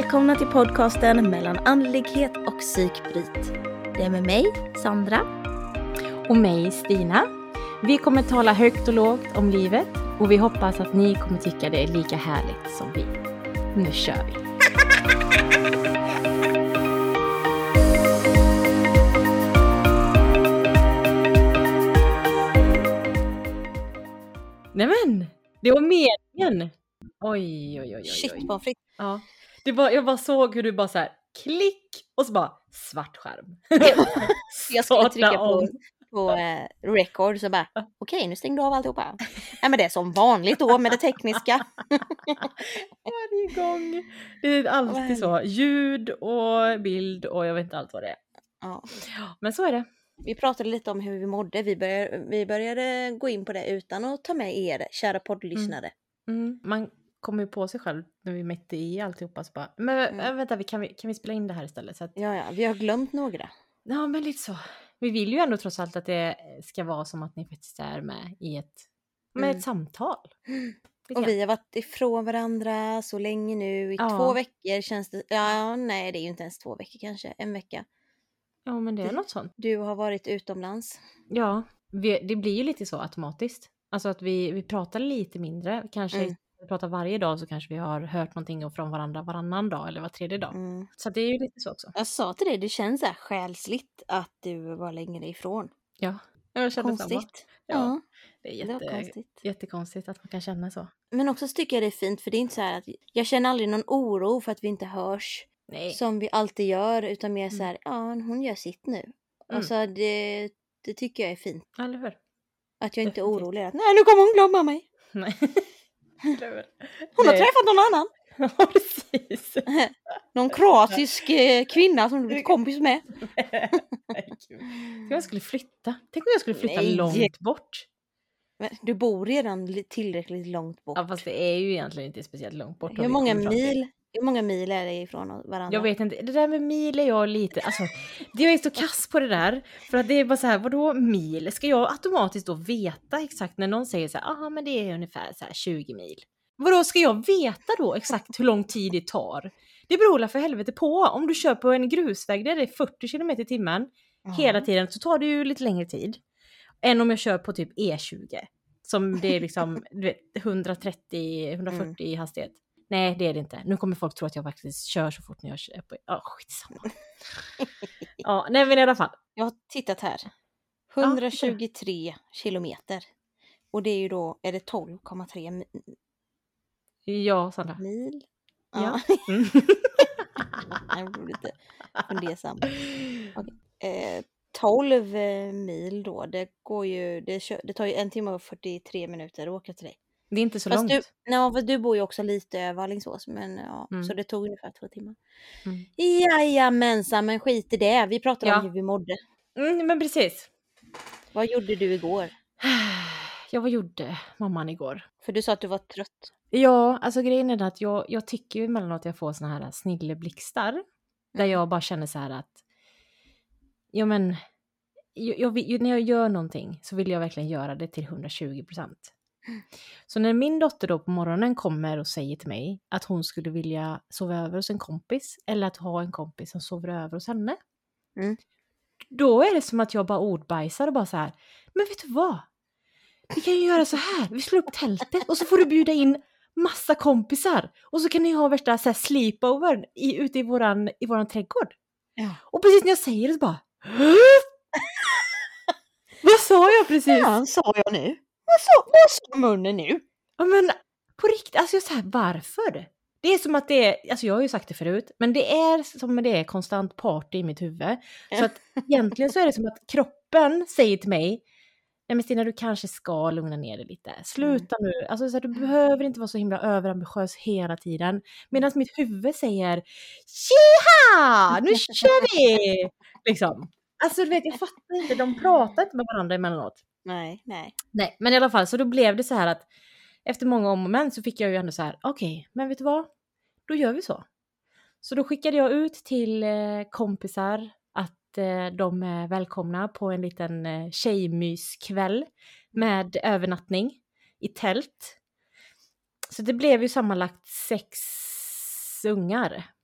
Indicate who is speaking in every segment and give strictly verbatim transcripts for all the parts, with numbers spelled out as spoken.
Speaker 1: Välkomna till podcasten Mellan andlighet och psykbryt. Det är med mig, Sandra.
Speaker 2: Och mig, Stina. Vi kommer tala högt och lågt om livet. Och vi hoppas att ni kommer tycka det är lika härligt som vi. Nu kör vi! Nämen, det var meningen. Oj, oj, oj, oj.
Speaker 1: Shit, vad fritt.
Speaker 2: Ja. Det var, jag bara såg hur du bara så här klick och så bara svart skärm.
Speaker 1: Jag skulle trycka på, på eh, record så bara okej, okay, nu stängde du av alltihopa. Nej, men det är som vanligt då med det tekniska.
Speaker 2: Varje gång. Det är alltid så. Ljud och bild och jag vet inte allt vad det är.
Speaker 1: Ja.
Speaker 2: Men så är det.
Speaker 1: Vi pratade lite om hur vi mådde. Vi började, vi började gå in på det utan att ta med er, kära poddlyssnare.
Speaker 2: Mm. Mm. Man kommer ju på sig själv när vi mätte i alltihopa. Så bara, men mm. vänta, kan vi, kan vi spela in det här istället? Så att...
Speaker 1: Ja, ja, vi har glömt några.
Speaker 2: Ja, men lite så. Vi vill ju ändå trots allt att det ska vara som att ni faktiskt är med i ett, med mm. ett samtal.
Speaker 1: Mm. Och vi har varit ifrån varandra så länge nu. I ja. två veckor känns det... Ja, nej, det är ju inte ens två veckor kanske. En vecka.
Speaker 2: Ja, men det är du, något sånt.
Speaker 1: Du har varit utomlands.
Speaker 2: Ja, vi, det blir ju lite så automatiskt. Alltså att vi, vi pratar lite mindre. Kanske mm. vi pratar varje dag så kanske vi har hört någonting från varandra varannan dag eller var tredje dag. Mm. Så det är ju lite så också.
Speaker 1: Jag sa till dig, det känns så här själsligt att du var längre ifrån.
Speaker 2: Ja, jag känner
Speaker 1: konstigt.
Speaker 2: Samma. Ja,
Speaker 1: ja,
Speaker 2: det är jätte,
Speaker 1: det konstigt.
Speaker 2: jättekonstigt att man kan känna så. Men
Speaker 1: också tycker jag det är fint för det är inte så här att jag känner aldrig någon oro för att vi inte hörs.
Speaker 2: Nej.
Speaker 1: Som vi alltid gör, utan mer så här, ja, hon gör sitt nu. Mm. Alltså det, det tycker jag är fint.
Speaker 2: Eller hur?
Speaker 1: Att jag inte är orolig. Att, nej, nu kommer hon glömma mig.
Speaker 2: Nej.
Speaker 1: Hon har träffat någon annan.
Speaker 2: Ja, precis.
Speaker 1: Någon kroatisk kvinna som du blivit kompis med.
Speaker 2: Tänk om jag skulle flytta. Tänk om jag skulle flytta nej. långt bort.
Speaker 1: Men du bor redan tillräckligt långt bort.
Speaker 2: Ja, fast det är ju egentligen inte speciellt långt bort.
Speaker 1: Hur många mil? Hur många mil är det ifrån varandra?
Speaker 2: Jag vet inte. Det där med mil är jag lite... Alltså, jag är så kass på det där. För att det är bara så här, vadå mil? Ska jag automatiskt då veta exakt när någon säger så här, aha, men det är ungefär så här tjugo mil. Vadå, ska jag veta då exakt hur lång tid det tar? Det beror för helvete på. Om du kör på en grusväg där det är fyrtio kilometer i timmen mm. hela tiden så tar det ju lite längre tid. Än om jag kör på typ E tjugo. Som det är liksom du vet, hundratrettio hundrafyrtio i mm. hastighet. Nej, det är det inte. Nu kommer folk tro att jag faktiskt kör så fort när jag kör på... Ja, skitsamma. Ja, nej men i alla fall.
Speaker 1: Jag har tittat här. hundratjugotre ja. kilometer. Och det är ju då, är det tolv komma tre mil?
Speaker 2: Ja, Sandra.
Speaker 1: Mil?
Speaker 2: Ja.
Speaker 1: ja. Mm. Jag blir lite fundersam. Okay. Eh, tolv mil då, det går ju... Det, kör, det tar ju en timme och fyrtiotre minuter att åka till dig.
Speaker 2: Det är inte så
Speaker 1: Fast
Speaker 2: långt.
Speaker 1: Du, nej, du bor ju också lite över Alingsås, men ja, mm. så det tog ungefär två timmar. Mm. Jajamensan, men skit i det. Vi pratade ja. om hur vi mådde.
Speaker 2: Mm, men precis.
Speaker 1: Vad gjorde du igår?
Speaker 2: Ja, vad gjorde mamman igår?
Speaker 1: För du sa att du var trött.
Speaker 2: Ja, alltså grejen är att jag, jag tycker ju emellanåt att jag får såna här snilleblixtar. Mm. Där jag bara känner så här att ja men jag, jag, när jag gör någonting så vill jag verkligen göra det till hundratjugo procent. Så när min dotter då på morgonen kommer och säger till mig att hon skulle vilja sova över hos en kompis eller att ha en kompis som sover över hos henne. Mm. Då är det som att jag bara ordbajsar och bara så här, men vet du vad? Vi kan ju göra så här, vi slår upp tältet och så får du bjuda in massa kompisar och så kan ni ha värsta så här sleepover i, ute i våran, i våran trädgård. Ja. Och precis när jag säger det så bara vad sa jag precis?
Speaker 1: Ja, sa jag nu? Vad sa, vad sa munnen nu?
Speaker 2: Ja men på riktigt, alltså jag säger varför? Det är som att det är, alltså jag har ju sagt det förut, men det är som att det är konstant party i mitt huvud. Så att egentligen så är det som att kroppen säger till mig, nej men Stina, du kanske ska lugna ner dig lite. Sluta mm. nu, alltså så här, du behöver inte vara så himla överambitiös hela tiden. Medan mitt huvud säger, tjiha, nu kör vi! Liksom. Alltså du vet, jag fattar inte, de pratar inte med varandra emellanåt.
Speaker 1: Nej, nej.
Speaker 2: Nej, men i alla fall så då blev det så här att efter många om och men så fick jag ju ändå så här, okej, okay, men vet du vad? Då gör vi så. Så då skickade jag ut till eh, kompisar att eh, de är välkomna på en liten eh, tjejmyskväll med övernattning i tält. Så det blev ju sammanlagt sex ungar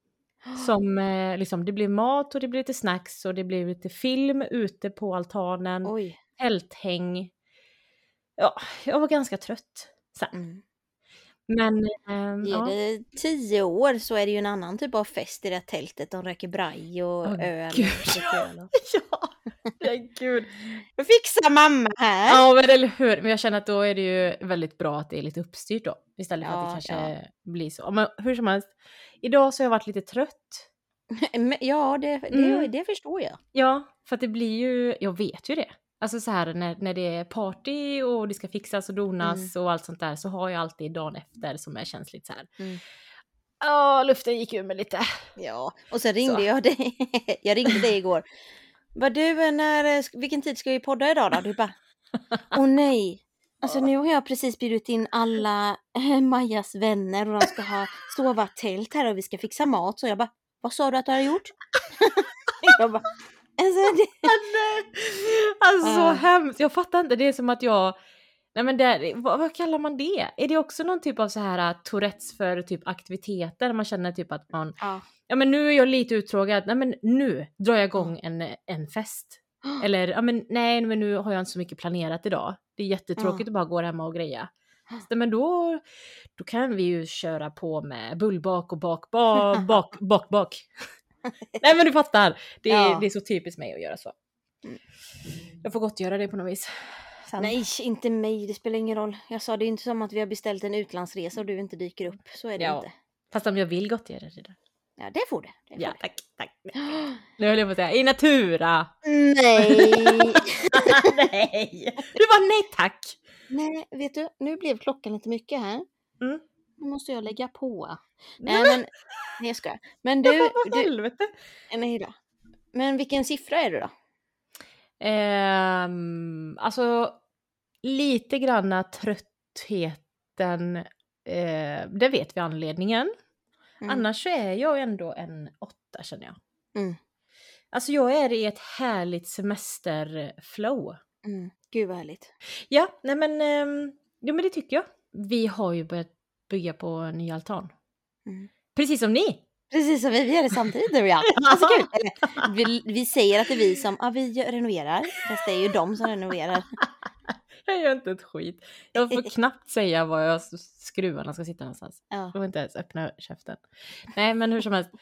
Speaker 2: Som eh, liksom, det blir mat och det blir lite snacks och det blir lite film ute på altanen.
Speaker 1: Oj.
Speaker 2: Tälthäng. Ja, jag var ganska trött sen.
Speaker 1: Mm.
Speaker 2: Men eh,
Speaker 1: Ger
Speaker 2: ja.
Speaker 1: det tio år så är det ju en annan typ av fest i det här tältet. De röker braj och
Speaker 2: Åh,
Speaker 1: öl.
Speaker 2: gud.
Speaker 1: Och dricker öl och...
Speaker 2: Ja, ja, gud.
Speaker 1: Nu fixar mamma här.
Speaker 2: Ja, men eller hur. Men jag känner att då är det ju väldigt bra att det är lite uppstyrt då. Istället för
Speaker 1: Ja,
Speaker 2: att det kanske
Speaker 1: ja.
Speaker 2: blir så. Men hur som helst. Idag så har jag varit lite trött.
Speaker 1: Men, ja, det, det,
Speaker 2: Mm.
Speaker 1: det förstår jag.
Speaker 2: Ja, för att det blir ju, jag vet ju det. Alltså så här när, när det är party och det ska fixas och donas och allt sånt där, så har jag alltid dagen efter som är känsligt så här.
Speaker 1: Mm.
Speaker 2: Ja, luften gick ur mig lite.
Speaker 1: Ja, och sen ringde
Speaker 2: Så.
Speaker 1: jag dig. Jag ringde dig igår. Vad du, när, vilken tid ska vi podda idag då? Du bara, åh nej. Alltså nu har jag precis bjudit in alla eh, Majas vänner och de ska ha sova tält här och vi ska fixa mat. Så jag bara, vad sa du att du har gjort? Jag bara, alltså, det...
Speaker 2: Alltså så
Speaker 1: Ja.
Speaker 2: hemskt. Jag fattar inte, det är som att jag... Nej men det, vad, vad kallar man det? Är det också någon typ av så här uh, Tourettes för typ aktiviteter? Där man känner typ att man...
Speaker 1: Ja.
Speaker 2: Ja men nu är jag lite uttråkad. Nej men nu drar jag igång en, en fest. Eller ja men nej men nu har jag inte så mycket planerat idag. Det är jättetråkigt
Speaker 1: Ja.
Speaker 2: att bara gå hemma och greja. Så, men då, då kan vi ju köra på med bullbak och bak, bak, bak, bak, bak. Nej men du fattar. Det är,
Speaker 1: Ja.
Speaker 2: det är så typiskt mig att göra så.
Speaker 1: Mm.
Speaker 2: Jag får gott göra det på något vis. Sen.
Speaker 1: Nej, inte mig. Det spelar ingen roll. Jag sa det är inte som att vi har beställt en utlandsresa och du inte dyker upp. Så är det
Speaker 2: Ja.
Speaker 1: inte.
Speaker 2: Fast om jag vill gott göra det där.
Speaker 1: Ja, det får det. det, får
Speaker 2: Ja,
Speaker 1: det.
Speaker 2: tack, tack. Nu höll jag på att säga, i natura.
Speaker 1: Nej.
Speaker 2: Nej. Du bara nej tack.
Speaker 1: Nej, vet du, nu blev klockan lite mycket här.
Speaker 2: Mm.
Speaker 1: Nu måste jag lägga på.
Speaker 2: Nej,
Speaker 1: Nej, men... Nej, jag skojar. Men du...
Speaker 2: Vad
Speaker 1: du
Speaker 2: helvete.
Speaker 1: nej då. Men vilken siffra är du då?
Speaker 2: Ehm, alltså, lite granna tröttheten. Eh, det vet vi anledningen.
Speaker 1: Mm.
Speaker 2: Annars så är jag ändå en åtta känner jag.
Speaker 1: Mm.
Speaker 2: Alltså jag är i ett härligt semesterflow.
Speaker 1: Mm. Gud vad härligt.
Speaker 2: Ja, nej men, ehm, ja, men det tycker jag. Vi har ju börjat bygga på en ny altan.
Speaker 1: Mm.
Speaker 2: Precis som ni.
Speaker 1: Precis som vi, vi gör det samtidigt nu ja. Alltså kul. Eller, vi, vi säger att det är vi som, ja vi gör- renoverar. Fast det är ju de som renoverar.
Speaker 2: Jag gör inte ett skit. Jag får knappt säga var jag skruvarna ska sitta någonstans.
Speaker 1: Ja.
Speaker 2: Jag får inte ens öppna käften. Nej, men hur som helst.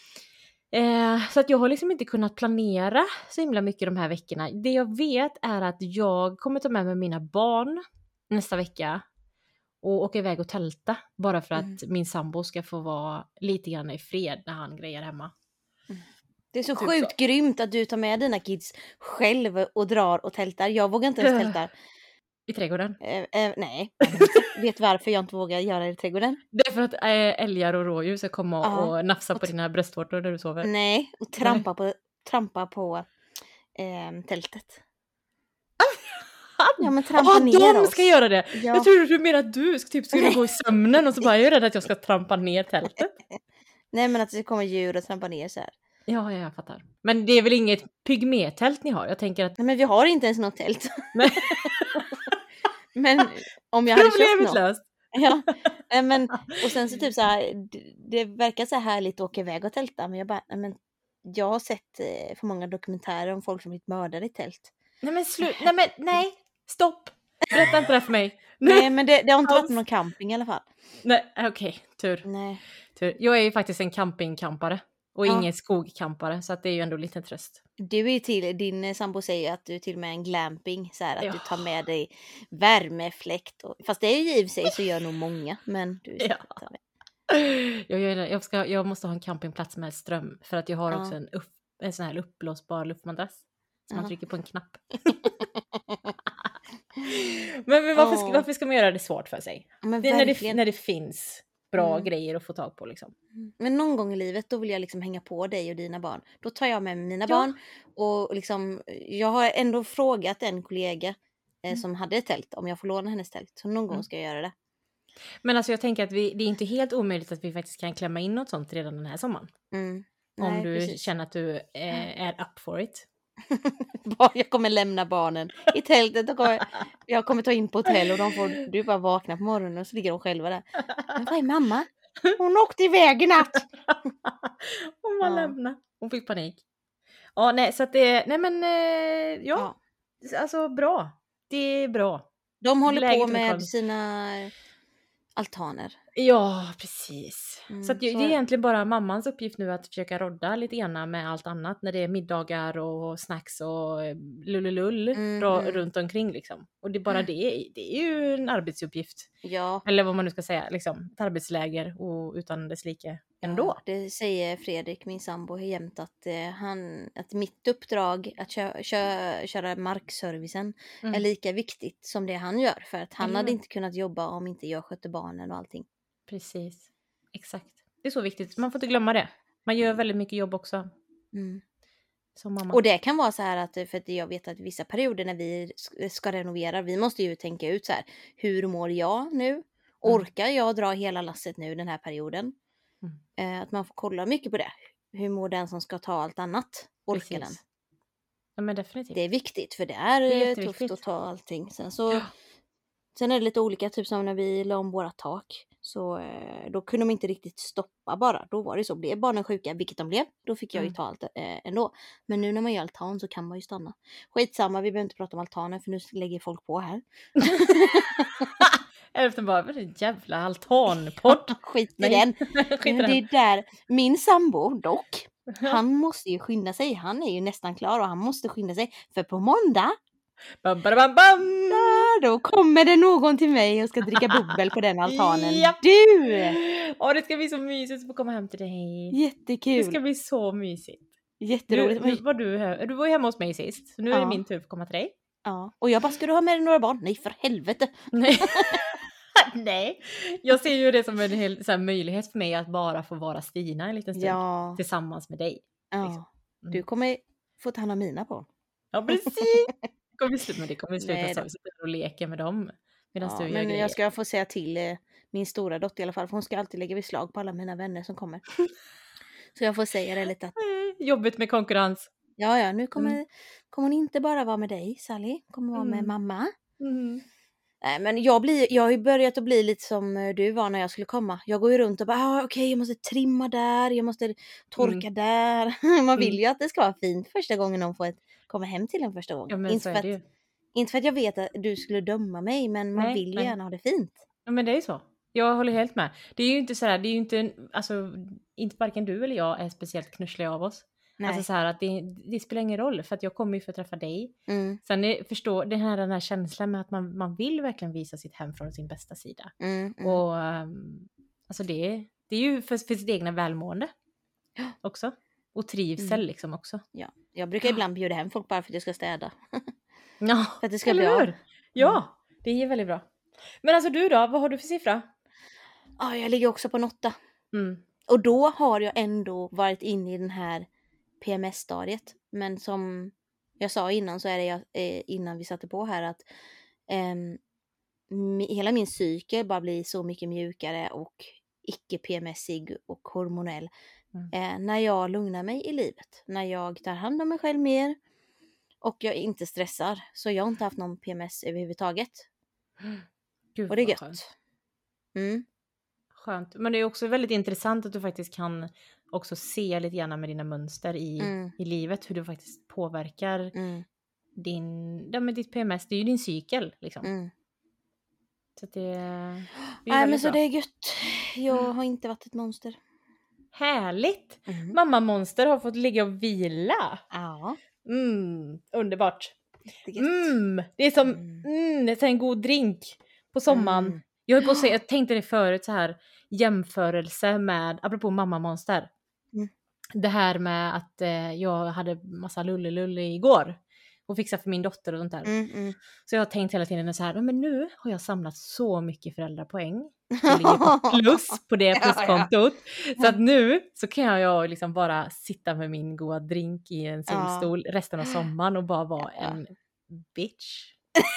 Speaker 2: Eh, så att jag har liksom inte kunnat planera så himla mycket de här veckorna. Det jag vet är att jag kommer ta med mig mina barn nästa vecka och åka iväg och tälta. Bara för att
Speaker 1: Mm.
Speaker 2: min sambo ska få vara lite grann i fred när han grejer hemma.
Speaker 1: Det är så
Speaker 2: Typ
Speaker 1: sjukt grymt att du tar med dina kids själv och drar och tältar. Jag vågar inte ens tälta.
Speaker 2: I trädgården.
Speaker 1: Eh, eh, nej. Vet varför jag inte vågar göra det i trädgården?
Speaker 2: Det är för att äh, älgar och rådjur ska komma och,
Speaker 1: Ja.
Speaker 2: och nafsa
Speaker 1: Och
Speaker 2: på
Speaker 1: t-
Speaker 2: dina bröstvårtor när du sover.
Speaker 1: Nej, och trampa på, trampa på eh, tältet. Ja, men trampa
Speaker 2: Ja,
Speaker 1: ner
Speaker 2: de
Speaker 1: oss.
Speaker 2: ska göra det!
Speaker 1: Ja.
Speaker 2: Jag tror du menar att du ska typ skulle gå i sömnen och så bara, jag är rädd att jag ska trampa ner tältet.
Speaker 1: Nej, men att det kommer djur och trampa ner så här.
Speaker 2: Ja, ja, jag fattar. Men det är väl inget pygmétält ni har? Jag tänker att...
Speaker 1: Nej, men vi har inte ens något tält.
Speaker 2: Nej.
Speaker 1: Men om jag hade köpt
Speaker 2: Problemet
Speaker 1: något.
Speaker 2: löst.
Speaker 1: Ja, nej, men och sen så typ så här, det, det verkar så här härligt att åka iväg och tälta, men jag bara, nej, men jag har sett eh, för många dokumentärer om folk som blivit mördade i tält.
Speaker 2: Nej men slut, nej men nej, stopp! Berätta inte det här för mig.
Speaker 1: Nej, men det, det har inte varit
Speaker 2: Alls.
Speaker 1: någon camping i alla fall.
Speaker 2: Nej, okej, tur,
Speaker 1: Nej.
Speaker 2: tur. Jag är ju faktiskt en campingkampare och
Speaker 1: Ja.
Speaker 2: ingen skogkampare, så att det är ju ändå lite tröst.
Speaker 1: Du är ju till, din eh, sambo säger ju att du är till och med en glamping, så här att
Speaker 2: Ja.
Speaker 1: du tar med dig värmefläkt. Och, fast det är ju i och för sig så gör nog många, men du
Speaker 2: Ja.
Speaker 1: tar med.
Speaker 2: Jag, gör det. jag, ska, jag måste ha en campingplats med ström, för att jag har
Speaker 1: Ja.
Speaker 2: också en, upp, en sån här uppblåsbar luftmadrass. Så man
Speaker 1: Ja.
Speaker 2: trycker på en knapp. men men varför, ska,
Speaker 1: Åh.
Speaker 2: varför ska man göra det svårt för sig?
Speaker 1: Men
Speaker 2: Det är när, det,
Speaker 1: verkligen.
Speaker 2: när det finns bra
Speaker 1: Mm.
Speaker 2: grejer att få tag på liksom.
Speaker 1: Men någon gång i livet då vill jag liksom hänga på dig och dina barn. Då tar jag med mig mina
Speaker 2: Ja.
Speaker 1: barn och liksom, jag har ändå frågat en kollega eh,
Speaker 2: Mm.
Speaker 1: som hade ett tält om jag får låna hennes tält. Så någon gång
Speaker 2: Mm.
Speaker 1: ska jag göra det.
Speaker 2: Men alltså jag tänker att vi, det är inte helt omöjligt att vi faktiskt kan klämma in något sånt redan den här sommaren.
Speaker 1: Mm.
Speaker 2: Om
Speaker 1: Nej,
Speaker 2: du
Speaker 1: precis.
Speaker 2: känner att du eh, är up for it.
Speaker 1: Bara jag kommer lämna barnen i tältet och kommer, jag kommer ta in på hotell och de får, du bara vakna på morgonen och så ligger de själva där. Men vad är mamma? Hon åkte iväg i natt.
Speaker 2: Hon bara
Speaker 1: Ja.
Speaker 2: lämna. Hon fick panik. Ja, nej, så att det, nej men, eh, ja,
Speaker 1: Ja.
Speaker 2: alltså bra. Det är bra.
Speaker 1: De håller
Speaker 2: Läget
Speaker 1: på
Speaker 2: i
Speaker 1: med
Speaker 2: lokalen.
Speaker 1: sina altaner.
Speaker 2: Ja, precis.
Speaker 1: Mm,
Speaker 2: så att det
Speaker 1: så
Speaker 2: det är
Speaker 1: är-
Speaker 2: egentligen bara mammans uppgift nu att försöka rodda lite ena med allt annat när det är middagar och snacks och eh, lullelull
Speaker 1: Mm,
Speaker 2: ra-
Speaker 1: mm.
Speaker 2: runt omkring liksom. Och det är bara det, det är ju en arbetsuppgift.
Speaker 1: Ja,
Speaker 2: Eller vad man nu ska säga, liksom ett arbetsläger och utan dess like ändå.
Speaker 1: ja, det säger Fredrik, min sambo, jämt att, eh, han, att mitt uppdrag att kö, kö, köra markservicen
Speaker 2: Mm.
Speaker 1: är lika viktigt som det han gör. För att han
Speaker 2: Eller
Speaker 1: hade
Speaker 2: hur?
Speaker 1: inte kunnat jobba om inte jag skötte barnen och allting.
Speaker 2: Precis, exakt. Det är så viktigt, man får inte glömma det. Man gör väldigt mycket jobb också
Speaker 1: Mm.
Speaker 2: som mamma.
Speaker 1: Och det kan vara så här att, för att jag vet att vissa perioder när vi ska renovera, vi måste ju tänka ut så här, hur mår jag nu? Orkar jag dra hela lasset nu den här perioden?
Speaker 2: Mm.
Speaker 1: Eh, att man får kolla mycket på det. Hur mår den som ska ta allt annat? Orkar
Speaker 2: Precis.
Speaker 1: den?
Speaker 2: Ja men definitivt.
Speaker 1: Det är viktigt, för det är,
Speaker 2: Det är
Speaker 1: eh,
Speaker 2: jätteviktigt.
Speaker 1: tufft att ta allting. Sen så,
Speaker 2: Ja.
Speaker 1: sen är det lite olika, typ som när vi la om våra tak. Så eh, då kunde de inte riktigt stoppa bara. Då var det så, blev barnen sjuka, vilket de blev, då fick jag ju
Speaker 2: Mm.
Speaker 1: ta allt eh, ändå. Men nu när man gör altan så kan man ju stanna. Skitsamma, vi behöver inte prata om altanen för nu lägger folk på här.
Speaker 2: Efter bara, vad är det jävla altanpodd?
Speaker 1: Skit i
Speaker 2: Nej.
Speaker 1: den.
Speaker 2: Skit i
Speaker 1: Det
Speaker 2: den.
Speaker 1: är där, min sambo dock, han måste ju skynda sig. Han är ju nästan klar och han måste skynda sig. För på måndag,
Speaker 2: Bam, bam, bam, bam.
Speaker 1: där, då kommer det någon till mig och ska dricka bubbel på den altanen.
Speaker 2: Japp.
Speaker 1: Du!
Speaker 2: Åh, det ska bli så mysigt att få komma hem till dig. Det
Speaker 1: Jättekul.
Speaker 2: ska bli så mysigt. Nu,
Speaker 1: Jätteroligt.
Speaker 2: nu var du, här- du var ju hemma hos mig sist, så nu är det
Speaker 1: Ja.
Speaker 2: min tur att komma till dig.
Speaker 1: Ja. Och jag bara, ska du ha med dig några barn? Nej, för helvete.
Speaker 2: Nej. Nej, jag ser ju det som en hel, så här, möjlighet för mig att bara få vara Stina en liten stund
Speaker 1: Ja.
Speaker 2: tillsammans med dig.
Speaker 1: Ja.
Speaker 2: liksom. Mm.
Speaker 1: Du kommer få ta hand om mina barn.
Speaker 2: Ja, precis. Det kommer sluta med det kommer sluta
Speaker 1: Nej
Speaker 2: så
Speaker 1: då.
Speaker 2: vi sitter och leker med dem medan
Speaker 1: Ja,
Speaker 2: du gör
Speaker 1: men
Speaker 2: grejer.
Speaker 1: jag ska få säga till eh, min stora dotter i alla fall. För hon ska alltid lägga beslag på alla mina vänner som kommer. Så jag får säga det lite att
Speaker 2: Eh, Jobbigt med konkurrens.
Speaker 1: ja, ja, nu kommer,
Speaker 2: Mm.
Speaker 1: kommer hon inte bara vara med dig, Sally. Kommer vara med
Speaker 2: Mm.
Speaker 1: mamma.
Speaker 2: Mm.
Speaker 1: Nej, men jag, blir, jag har ju börjat att bli lite som eh, du var när jag skulle komma. Jag går ju runt och bara, ah, okej, jag måste trimma där, jag måste torka där. Man vill
Speaker 2: Mm.
Speaker 1: ju att det ska vara fint första gången de får ett, komma hem till en första gången.
Speaker 2: Ja, men
Speaker 1: inte,
Speaker 2: så
Speaker 1: för
Speaker 2: är det
Speaker 1: att,
Speaker 2: ju.
Speaker 1: inte för att jag vet att du skulle döma mig, men man
Speaker 2: Nej,
Speaker 1: vill ju
Speaker 2: nej.
Speaker 1: gärna ha det fint.
Speaker 2: Ja, men det är ju så. Jag håller helt med. Det är ju inte så här, det är ju inte, en- alltså, inte varken du eller jag är speciellt knussliga av oss.
Speaker 1: Nej.
Speaker 2: Alltså så här att det, det spelar ingen roll för att jag kommer ju för att träffa dig.
Speaker 1: Mm,
Speaker 2: Sen är, förstå den här, den här känslan med att man, man vill verkligen visa sitt hem från sin bästa sida.
Speaker 1: mm, mm.
Speaker 2: Och um, alltså det, det är ju för, för sitt egna välmående också. Och trivsel
Speaker 1: Mm.
Speaker 2: liksom också.
Speaker 1: Ja. Jag brukar ibland bjuda hem folk bara för att jag ska städa.
Speaker 2: Ja,
Speaker 1: För att det ska
Speaker 2: eller
Speaker 1: bli av.
Speaker 2: hur? Ja, det är väldigt bra. Men alltså du då, vad har du för siffra?
Speaker 1: Ja, jag ligger också på en åtta.
Speaker 2: Mm.
Speaker 1: Och då har jag ändå varit inne i den här P M S-stadiet. Men som jag sa innan så är det jag, eh, innan vi satte på här att ehm, mi- hela min cykel bara blir så mycket mjukare och icke-P M S-ig och hormonell.
Speaker 2: Mm.
Speaker 1: Eh, när jag lugnar mig i livet. När jag tar hand om mig själv mer. Och jag inte stressar. Så jag har inte haft någon P M S överhuvudtaget.
Speaker 2: Gud,
Speaker 1: Och det är
Speaker 2: vad
Speaker 1: gött.
Speaker 2: skönt.
Speaker 1: Mm.
Speaker 2: Skönt. Men det är också väldigt intressant att du faktiskt kan också se lite grann med dina mönster i,
Speaker 1: Mm.
Speaker 2: i livet. Hur du faktiskt påverkar
Speaker 1: Mm.
Speaker 2: din, ja, men ditt P M S. Det är ju din cykel liksom.
Speaker 1: Mm.
Speaker 2: Så att det, det är
Speaker 1: Nej, men
Speaker 2: väldigt
Speaker 1: så
Speaker 2: bra.
Speaker 1: det är gött. Jag har inte varit ett monster.
Speaker 2: Härligt!
Speaker 1: Mm.
Speaker 2: Mamma Monster har fått ligga och vila.
Speaker 1: Ja,
Speaker 2: Mm, underbart.
Speaker 1: jättegött.
Speaker 2: Mm, det är som
Speaker 1: Mm.
Speaker 2: mm, det är en god drink på sommaren.
Speaker 1: Mm.
Speaker 2: Jag höll på att säga, jag tänkte det förut så här jämförelse med, apropå Mamma Monster.
Speaker 1: Mm.
Speaker 2: Det här med att eh, jag hade massa lullelulle igår och fixade för min dotter och sånt där.
Speaker 1: Mm, mm.
Speaker 2: Så jag har tänkt hela tiden så här, men nu har jag samlat så mycket föräldrapoäng. Jag ligger på plus på det
Speaker 1: Ja, ja.
Speaker 2: pluskontot. Så att nu så kan jag liksom bara sitta med min goda drink i en solstol resten av sommaren och bara vara
Speaker 1: Ja.
Speaker 2: en bitch.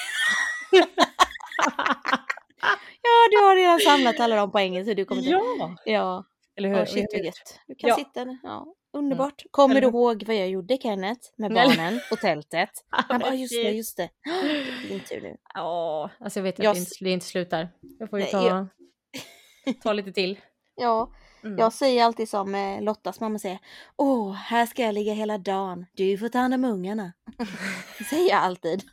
Speaker 1: Ja, du har redan samlat alla de poängen så du kommer till...
Speaker 2: Ja,
Speaker 1: Ja,
Speaker 2: eller hur?
Speaker 1: ja
Speaker 2: Och
Speaker 1: shit
Speaker 2: jag
Speaker 1: vad
Speaker 2: vet-
Speaker 1: gött. Du kan
Speaker 2: Ja.
Speaker 1: sitta där. Ja, underbart. Kommer
Speaker 2: Eller
Speaker 1: du
Speaker 2: hur?
Speaker 1: ihåg vad jag gjorde, Kenneth? Med
Speaker 2: Eller-
Speaker 1: barnen på tältet? Han bara, ah, just det,
Speaker 2: precis.
Speaker 1: just det. Din tur nu.
Speaker 2: Ja, alltså jag vet att
Speaker 1: Jag
Speaker 2: det,
Speaker 1: s-
Speaker 2: inte, det inte slutar. Jag får ju
Speaker 1: Nej,
Speaker 2: ta,
Speaker 1: jag-
Speaker 2: ta lite till.
Speaker 1: Ja,
Speaker 2: Mm.
Speaker 1: Jag säger alltid som eh, Lottas mamma säger. Åh, här ska jag ligga hela dagen. Du får ta hand om ungarna. Det säger jag alltid.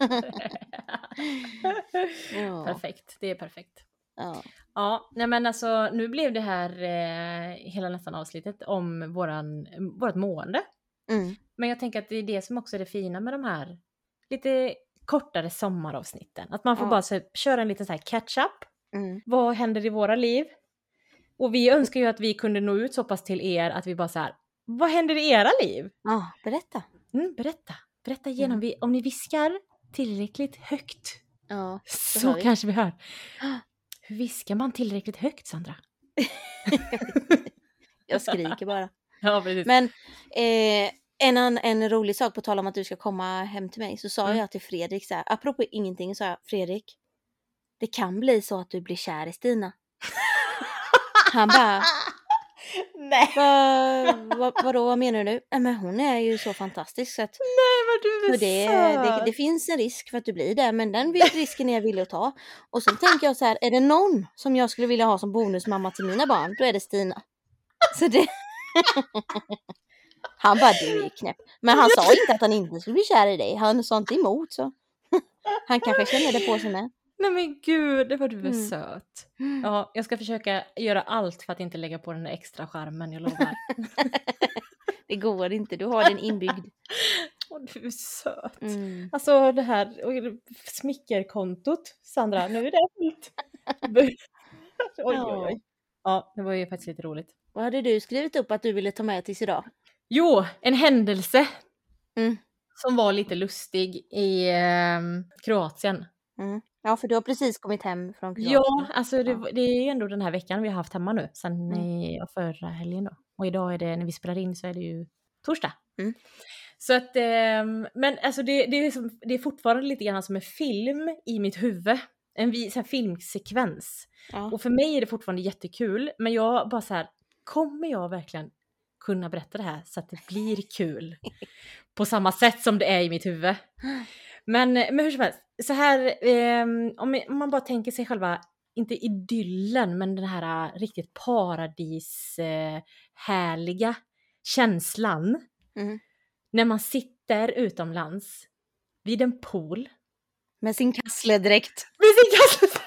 Speaker 1: Ja.
Speaker 2: Perfekt, det är perfekt.
Speaker 1: Ja.
Speaker 2: Ja, nej men alltså nu blev det här eh, hela nästan avsnittet om våran, vårat mående.
Speaker 1: Mm.
Speaker 2: Men jag tänker att det är det som också är det fina med de här lite kortare sommaravsnitten. Att man får
Speaker 1: Ja.
Speaker 2: bara så, här, köra en liten så här catch-up.
Speaker 1: Mm.
Speaker 2: Vad händer i våra liv? Och vi önskar ju att vi kunde nå ut så pass till er att vi bara så här, vad händer i era liv?
Speaker 1: Ja, berätta.
Speaker 2: Mm, berätta. Berätta igenom.
Speaker 1: Mm.
Speaker 2: Vi, om ni viskar tillräckligt högt
Speaker 1: Ja,
Speaker 2: så
Speaker 1: hör vi.
Speaker 2: kanske vi hör. Hur viskar man tillräckligt högt, Sandra?
Speaker 1: Jag skriker bara.
Speaker 2: Ja, precis.
Speaker 1: Men eh, en, an- en rolig sak på tal om att du ska komma hem till mig. Så sa
Speaker 2: Mm.
Speaker 1: jag till Fredrik så här, apropå ingenting, sa jag, Fredrik, det kan bli så att du blir kär i Stina. Han bara,
Speaker 2: Nej,
Speaker 1: vad, vad, vadå, vad menar du? Nej, men hon är ju så fantastisk så att
Speaker 2: nej vad du
Speaker 1: så
Speaker 2: är
Speaker 1: det,
Speaker 2: söt.
Speaker 1: det, det finns en risk för att du blir det, men den risken är jag villig att ta. Och sen tänker jag så här, är det någon som jag skulle vilja ha som bonusmamma till mina barn, då är det Stina. Så det... Han bara, du är knäpp. Men han sa inte att han inte skulle bli kär i dig. Han sa inte emot, så han kanske känner det på sig med.
Speaker 2: Nej men gud, det var du är
Speaker 1: Mm.
Speaker 2: söt. Ja, jag ska försöka göra allt för att inte lägga på den där extra skärmen, jag lovar.
Speaker 1: Det går inte, du har den inbyggd.
Speaker 2: Åh, du är söt.
Speaker 1: Mm.
Speaker 2: Alltså det här oj, smickerkontot, Sandra, nu är det fullt. Oj, oj, oj. Ja, det var ju faktiskt lite roligt.
Speaker 1: Vad hade du skrivit upp att du ville ta med tills idag?
Speaker 2: Jo, en händelse
Speaker 1: Mm.
Speaker 2: som var lite lustig i eh, Kroatien.
Speaker 1: Mm. Ja, för du har precis kommit hem från Kroatien.
Speaker 2: Ja, alltså det,
Speaker 1: Ja.
Speaker 2: det är ju ändå den här veckan vi har haft hemma nu, sen
Speaker 1: Mm.
Speaker 2: i, förra helgen då. Och idag är det, när vi spelar in så är det ju torsdag.
Speaker 1: Mm.
Speaker 2: Så att, eh, men alltså det, det, är som, det är fortfarande lite grann som en film i mitt huvud. En vi- så här filmsekvens.
Speaker 1: Ja.
Speaker 2: Och för mig är det fortfarande jättekul, men jag bara så här, kommer jag verkligen kunna berätta det här så att det blir kul? På samma sätt som det är i mitt huvud. Men, men hur som helst, så här, eh, om, om man bara tänker sig själva, inte idyllen, men den här uh, riktigt paradis eh, härliga känslan.
Speaker 1: Mm.
Speaker 2: När man sitter utomlands vid en pool.
Speaker 1: Med sin kassledräkt.
Speaker 2: Med sin kassle...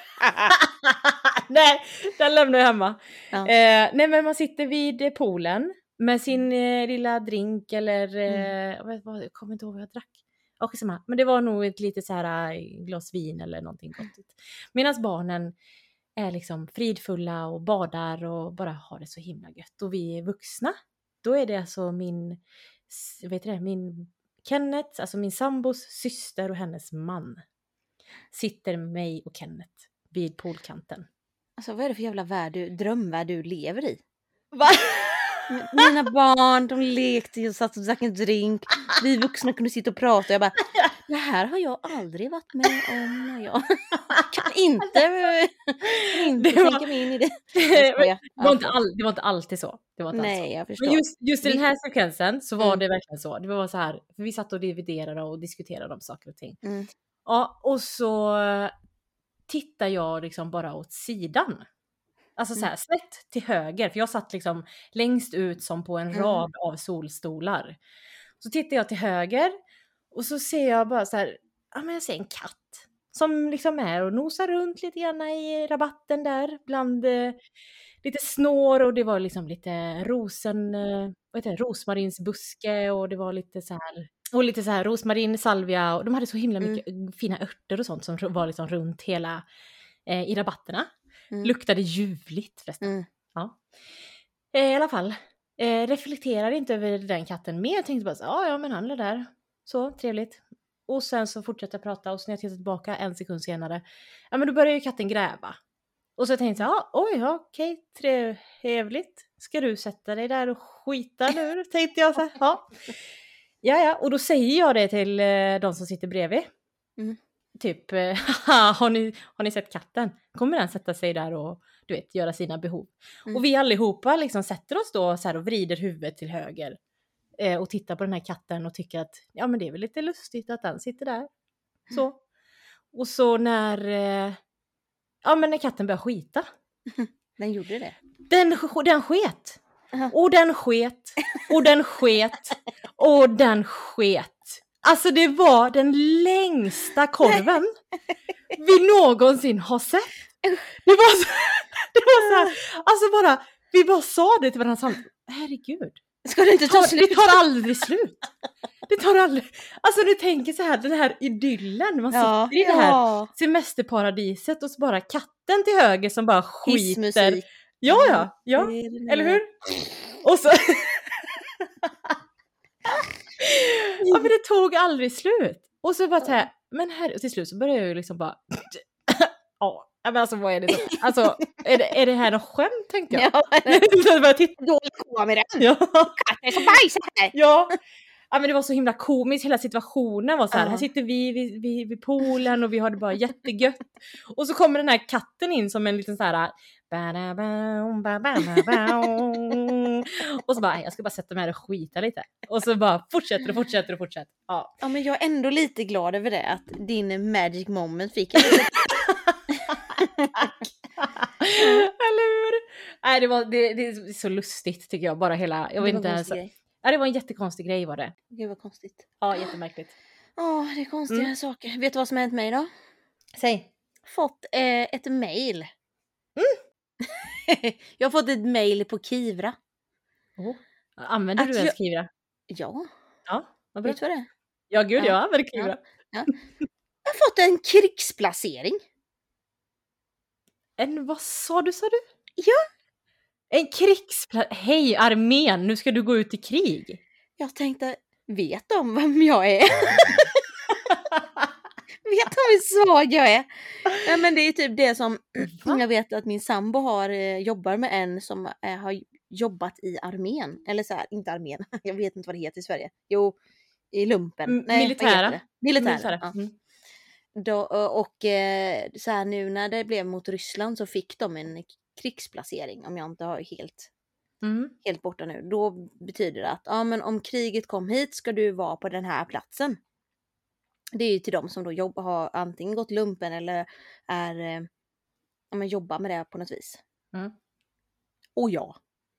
Speaker 2: Nej, den lämnar jag hemma.
Speaker 1: Ja.
Speaker 2: Eh, nej, men man sitter vid poolen med sin eh, lilla drink eller... Eh,
Speaker 1: Mm.
Speaker 2: vad, vad, jag kommer inte ihåg vad jag drack. Och så, men det var nog ett litet så här äh, glas vin eller någonting gott. Medan barnen är liksom fridfulla och badar och bara har det så himla gött. Och vi är vuxna. Då är det alltså min, vet du det, min Kenneth, alltså min sambos syster och hennes man. Sitter med mig och Kenneth vid poolkanten.
Speaker 1: Alltså vad är det för jävla värld du, drömvärld du lever i?
Speaker 2: Va?
Speaker 1: Mina barn, de lekte och satt och drack en drink. Vi vuxna kunde sitta och prata och jag bara, det här har jag aldrig varit med om. När jag kan inte, kan inte
Speaker 2: Det var-
Speaker 1: tänka mig in i det.
Speaker 2: Det
Speaker 1: Jag skojar.
Speaker 2: var, inte all, det var inte alltid så. Det var inte alltid så.
Speaker 1: Nej, jag förstår.
Speaker 2: Men just, just i
Speaker 1: Vi-
Speaker 2: den här sekvensen så var
Speaker 1: Mm.
Speaker 2: det verkligen så. Det var så här, för vi satt och dividerade och diskuterade om saker och ting.
Speaker 1: Mm.
Speaker 2: Ja, och så tittar jag liksom bara åt sidan. Alltså så här, snett till höger. För jag satt liksom längst ut som på en
Speaker 1: Mm.
Speaker 2: rad av solstolar. Så tittar jag till höger och så ser jag bara så här, ja men jag ser en katt. Som liksom är och nosar runt lite grann i rabatten där. Bland eh, lite snår och det var liksom lite rosen, eh, vad heter det, rosmarinsbuske och det var lite så här, och lite så här rosmarin, salvia och de hade så himla
Speaker 1: Mm.
Speaker 2: mycket fina örter och sånt som var liksom runt hela eh, i rabatterna.
Speaker 1: Mm.
Speaker 2: Luktade ljuvligt förresten.
Speaker 1: Mm.
Speaker 2: Ja. Eh, I alla fall, eh, reflekterar inte över den katten mer. Jag tänkte bara så, ja ja men han är där. Så trevligt. Och sen så fortsätter jag prata och så när jag tittar tillbaka en sekund senare, ja men då börjar ju katten gräva. Och så tänkte jag, ja, oj, ja, okej, trevligt. Ska du sätta dig där och skita nu? Tänkte jag så här, ja. Ja, ja, och då säger jag det till eh, de som sitter bredvid.
Speaker 1: Mm.
Speaker 2: Typ, eh, haha, har ni, har ni sett katten? Kommer den sätta sig där och du vet, göra sina behov?
Speaker 1: Mm.
Speaker 2: Och vi allihopa liksom sätter oss då så här och vrider huvudet till höger. Eh, och tittar på den här katten och tycker att ja men det är väl lite lustigt att den sitter där. Så. Och så när, eh, ja men när katten börjar skita.
Speaker 1: Den gjorde det.
Speaker 2: Den, den sket.
Speaker 1: Aha.
Speaker 2: Och den sket. Och den sket. Och den sket. Alltså det var den längsta korven vi någonsin har sett. Det var så, det var så här, alltså bara, vi bara sa det till varandra samt, herregud.
Speaker 1: Ska det inte ta
Speaker 2: tar,
Speaker 1: slut?
Speaker 2: Det tar aldrig slut. Det tar aldrig, alltså du tänker så här, den här idyllen, man
Speaker 1: Ja,
Speaker 2: sitter i det här
Speaker 1: ja.
Speaker 2: semesterparadiset och så bara katten till höger som bara skiter.
Speaker 1: Hissmusik.
Speaker 2: Ja, ja, ja, eller hur? Och så... ja, men det tog aldrig slut. Och så bara så här, men här, och till slut så började jag ju liksom bara... ja, men alltså vad är det som... Alltså, är det, är det här något skämt, tänkte jag?
Speaker 1: Ja,
Speaker 2: så jag titta.
Speaker 1: dålig kamera.
Speaker 2: Ja.
Speaker 1: Katten som bajsar här.
Speaker 2: Ja. Ja, men det var så himla komiskt, hela situationen var så här,
Speaker 1: Ja.
Speaker 2: här sitter vi vid, vid, vid poolen och vi har det bara jättegött. Och så kommer den här katten in som en liten så här... och så bara, jag ska bara sätta mig här och skita lite. Och så bara fortsätter och fortsätter och fortsätter. Ja.
Speaker 1: Ja, men jag är ändå lite glad över det, att din magic moment fick.
Speaker 2: Eller hur? Nej, det var det, det är så lustigt tycker jag, bara hela, jag vet inte ens. Ja, det var en jättekonstig grej var det.
Speaker 1: Gud vad konstigt.
Speaker 2: Ja, jättemärkligt.
Speaker 1: Ja, oh, det är konstiga mm. saker. Vet du vad som har hänt mig då?
Speaker 2: Säg.
Speaker 1: Fått eh, ett mail.
Speaker 2: Mm.
Speaker 1: Jag har fått ett mail på Kivra.
Speaker 2: Oh. Använder
Speaker 1: att
Speaker 2: du ens
Speaker 1: jag...
Speaker 2: Kivra?
Speaker 1: Ja.
Speaker 2: Ja, vad bra.
Speaker 1: Vet du vad det är?
Speaker 2: Ja, gud, ja. Jag använder Kivra.
Speaker 1: Ja. Ja. Jag har fått en krigsplacering.
Speaker 2: En, vad sa du, sa du?
Speaker 1: Ja.
Speaker 2: En krigsplacering. Hej armén, nu ska du gå ut i krig.
Speaker 1: Jag tänkte, vet de vem jag är? Vet de hur svag jag är? Ja, men det är typ det som Va? Jag vet att min sambo har, eh, jobbar med en som eh, har jobbat i armén. Eller så här, inte armén. Jag vet inte vad det heter i Sverige. Jo, i lumpen.
Speaker 2: M-
Speaker 1: Nej,
Speaker 2: militära.
Speaker 1: Militära.
Speaker 2: Militära.
Speaker 1: Ja.
Speaker 2: Mm.
Speaker 1: Då, och eh, så här, nu när det blev mot Ryssland så fick de en krigsplacering, om jag inte har helt,
Speaker 2: mm.
Speaker 1: helt borta nu. Då betyder det att ja, men om kriget kom hit ska du vara på den här platsen. Det är ju till de som då jobbar, har antingen gått lumpen eller är, eh, ja, men jobbar med det på något vis.
Speaker 2: Mm.
Speaker 1: Och ja.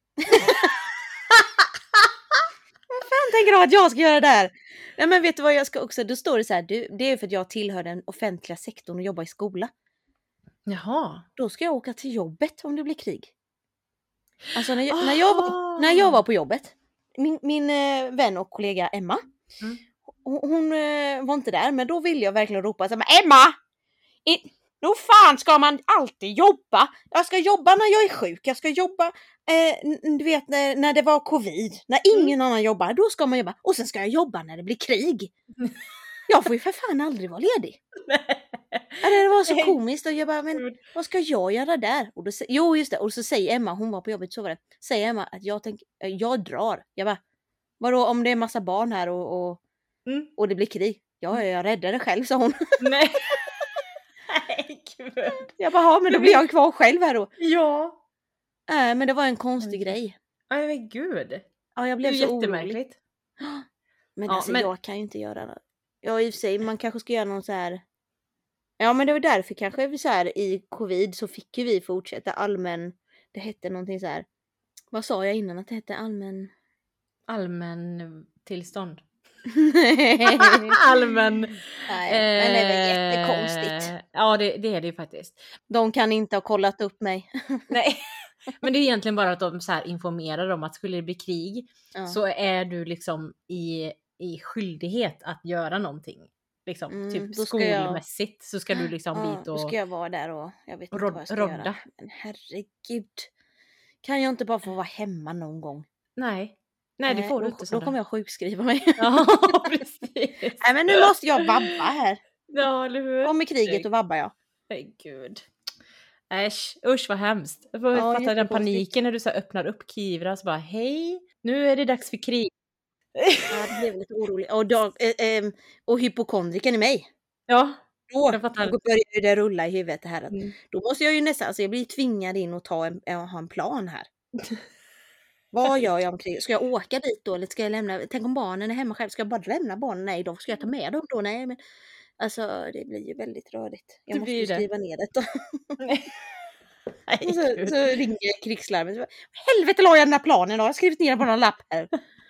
Speaker 1: Vad fan tänker du att jag ska göra där? Nej, men vet du vad jag ska också, då står det så här, du, det är för att jag tillhör den offentliga sektorn och jobbar i skola.
Speaker 2: Jaha.
Speaker 1: Då ska jag åka till jobbet om det blir krig. Alltså när jag, när jag, var, när jag var på jobbet, min, min eh, vän och kollega Emma,
Speaker 2: mm.
Speaker 1: hon, hon eh, var inte där, men då ville jag verkligen ropa så här, men Emma! I, då fan ska man alltid jobba? Jag ska jobba när jag är sjuk, jag ska jobba, eh, du vet när, när det var covid, när ingen mm. annan jobbar, då ska man jobba. Och sen ska jag jobba när det blir krig. Jag får ju för fan aldrig vara ledig. Ja, det var så komiskt och jag bara, men vad ska jag göra där? Och då, jo just det, och så säger Emma, hon var på jobbet så var det, säger Emma att jag tänker, jag drar. Jag bara, vadå om det är massa barn här och, och,
Speaker 2: mm.
Speaker 1: och det blir krig? Ja, jag räddar det själv, sa hon.
Speaker 2: Nej. Nej, gud.
Speaker 1: Jag bara, ja, men då blir jag kvar själv här då.
Speaker 2: Ja.
Speaker 1: Nej, äh, men det var en konstig mm. grej.
Speaker 2: Nej, men gud.
Speaker 1: Ja, jag blev
Speaker 2: det är
Speaker 1: så
Speaker 2: jättemärkligt.
Speaker 1: orolig. Men
Speaker 2: ja,
Speaker 1: alltså,
Speaker 2: men...
Speaker 1: jag kan ju inte göra det. Ja, i och för sig, man kanske ska göra någon så här. Ja, men det var därför kanske vi så här i covid så fick ju vi fortsätta allmän, det hette någonting så här. Vad sa jag innan att det hette allmän?
Speaker 2: Allmän tillstånd.
Speaker 1: Allmän. Nej, men det är väl jättekonstigt.
Speaker 2: Ja, det, det är det ju faktiskt.
Speaker 1: De kan inte ha kollat upp mig.
Speaker 2: Nej, men det är egentligen bara att de så här informerar om att skulle det bli krig ja. Så är du liksom i, i skyldighet att göra någonting. Liksom, mm, typ skolmässigt jag... så ska du liksom
Speaker 1: ja,
Speaker 2: dit och...
Speaker 1: Då ska jag vara där och jag vet inte
Speaker 2: rod-
Speaker 1: vad jag ska
Speaker 2: rodda.
Speaker 1: göra. Men herregud. Kan jag inte bara få vara hemma någon gång?
Speaker 2: Nej. Nej, det får
Speaker 1: äh,
Speaker 2: du
Speaker 1: då,
Speaker 2: inte.
Speaker 1: Då kommer jag sjukskriva mig.
Speaker 2: Ja, precis.
Speaker 1: Nej, men nu måste jag vabba här.
Speaker 2: Ja, eller hur?
Speaker 1: Om med kriget och vabbar jag.
Speaker 2: Nej, gud. Äsch, usch vad hemskt. Jag får
Speaker 1: ja,
Speaker 2: fatta den paniken när du så öppnar upp Kivra så bara, hej, nu är det dags för krig.
Speaker 1: Ja, det blev lite orolig. Och, då, eh, eh, och hypokondriken i mig.
Speaker 2: Ja.
Speaker 1: Då, då börjar det rulla i huvudet här.
Speaker 2: Mm.
Speaker 1: Då måste jag ju nästan, alltså jag blir tvingad in och ta en, ha en plan här. Vad gör jag omkring? Ska jag åka dit då? Eller ska jag lämna? Tänk om barnen är hemma själv. Ska jag bara lämna barnen? Nej, då ska jag ta med dem då? Nej, men alltså det blir ju väldigt rörigt. Jag det måste ju skriva ner det.
Speaker 2: Nej,
Speaker 1: Och så,
Speaker 2: gud.
Speaker 1: så ringer krigslarmet. Vad helvete la jag den här planen då? Jag har skrivit ner på någon lapp här.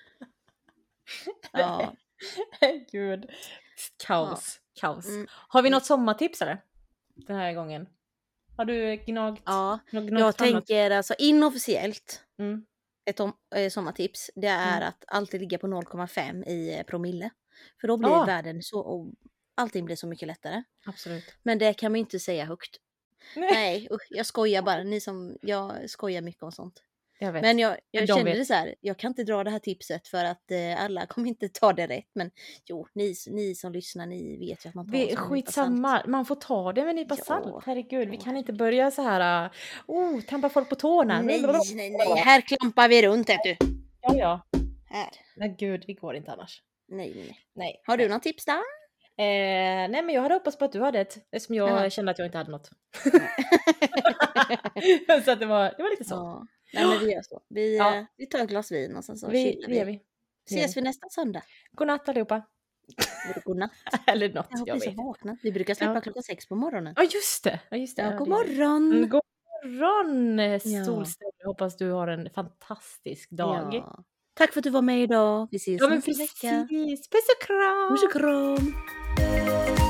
Speaker 1: Ja.
Speaker 2: Gud. Kaos. Kaos.
Speaker 1: Mm.
Speaker 2: Har vi något sommartips eller? Den här gången. Har du gnagt?
Speaker 1: Ja,
Speaker 2: gnagt
Speaker 1: jag
Speaker 2: fram något?
Speaker 1: tänker alltså inofficiellt.
Speaker 2: Mm.
Speaker 1: Ett om, eh, sommartips. Det är
Speaker 2: Mm.
Speaker 1: att alltid ligga på noll komma fem i eh, promille. För då blir
Speaker 2: Ja.
Speaker 1: världen så... Och allting blir så mycket lättare.
Speaker 2: Absolut.
Speaker 1: Men det kan man ju inte säga högt.
Speaker 2: Nej.
Speaker 1: Nej, usch, jag skojar bara. Ni som... Jag skojar mycket om sånt.
Speaker 2: Jag vet.
Speaker 1: Men jag, jag
Speaker 2: De
Speaker 1: kände
Speaker 2: vet.
Speaker 1: det så här, jag kan inte dra det här tipset för att eh, alla kommer inte ta det rätt. Men jo, ni, ni som lyssnar, ni vet ju att man tar det
Speaker 2: Vi,
Speaker 1: som en nypa salt.
Speaker 2: skitsamma, man får ta det med en nypa
Speaker 1: Ja.
Speaker 2: salt. Herregud, vi
Speaker 1: Ja.
Speaker 2: kan inte börja så här. Oh, trampa folk på tårna.
Speaker 1: Nej, nej, nej, här klampar vi runt, vet du.
Speaker 2: Ja, ja.
Speaker 1: Här.
Speaker 2: Nej, gud, vi går inte annars.
Speaker 1: Nej, nej.
Speaker 2: Nej.
Speaker 1: Har du något tips där?
Speaker 2: Eh, nej, men jag hade hoppats på att du hade ett. Eftersom jag
Speaker 1: Jaha.
Speaker 2: kände att jag inte hade något. Så att det var, det var lite så.
Speaker 1: Ja. Nej, men vi gör så. Vi,
Speaker 2: Ja.
Speaker 1: eh, vi tar ett glas vin och sen så
Speaker 2: vi,
Speaker 1: chillar
Speaker 2: det gör
Speaker 1: vi.
Speaker 2: vi. Det gör
Speaker 1: Ses vi nästa söndag.
Speaker 2: Godnatt allihopa.
Speaker 1: Godnatt.
Speaker 2: Eller något,
Speaker 1: Jag
Speaker 2: jag
Speaker 1: hoppas
Speaker 2: vet.
Speaker 1: jag vaknat. Vi brukar släppa
Speaker 2: Ja.
Speaker 1: klockan sex på morgonen.
Speaker 2: Ja, just det. Ja, just det.
Speaker 1: Ja,
Speaker 2: Ja,
Speaker 1: god
Speaker 2: det gör vi.
Speaker 1: morgon!
Speaker 2: Mm, god morgon, eh,
Speaker 1: Ja.
Speaker 2: Solstråle. Jag hoppas du har en fantastisk dag.
Speaker 1: Ja. Tack för att du var med idag. Vi ses
Speaker 2: Ja, men
Speaker 1: nästa
Speaker 2: precis.
Speaker 1: vecka.
Speaker 2: Puss och kram!
Speaker 1: Puss och kram!